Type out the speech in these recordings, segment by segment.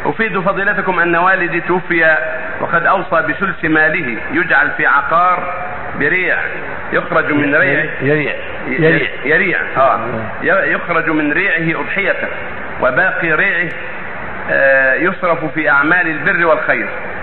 أفيد فضيلتكم أن والدي توفي وقد أوصى بثلث ماله يجعل في عقار بريع يخرج من ريعه يخرج من ريعه أضحية، وباقي ريعه يصرف في أعمال البر والخير.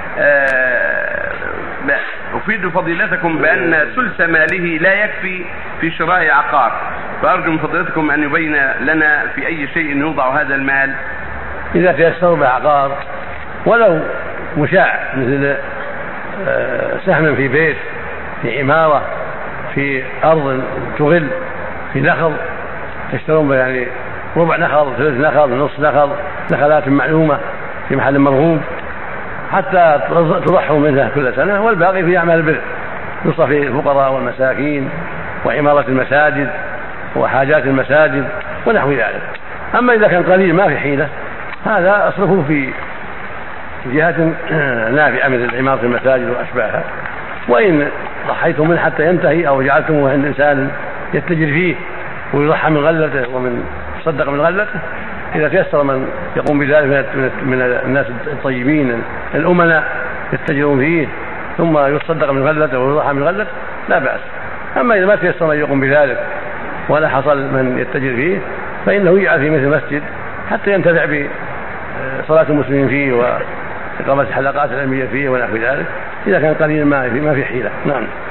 أفيد فضيلتكم بأن ثلث ماله لا يكفي في شراء عقار، فأرجو من فضيلتكم أن يبين لنا في أي شيء يوضع هذا المال. إذا تيسر بعقار ولو مشاع مثل سهم في بيت، في عمارة، في أرض تغل، في نخل تشترون يعني ربع نخل، ثلث نخل، نصف نخل، نخلات معلومة في محل مرغوب حتى تضحوا منها كل سنة، والباقي في أعمال البر يصرف في الفقراء والمساكين وعمارة المساجد وحاجات المساجد ونحو ذلك. أما إذا كان قليل ما في حيلة هذا أصرفه في جهات نافعة مثل عمارة المساجد وأشباهها، وإن ضحيتم منه حتى ينتهي أو جعلتموه عند إنسان يتجر فيه ويضحى من غلته ومن يصدق من غلته، إذا تيسر من يقوم بذلك من الناس الطيبين الأمناء يتجرون فيه ثم يصدق من غلته ويضحى من غلته لا بأس. أما إذا ما تيسر من يقوم بذلك ولا حصل من يتجر فيه فإنه يجعل في مثل مسجد حتى ينتفع بصلاة المسلمين فيه وإقامة الحلقات العلمية فيه ونحو ذلك، إذا كان قليلا ما في حيلة. نعم.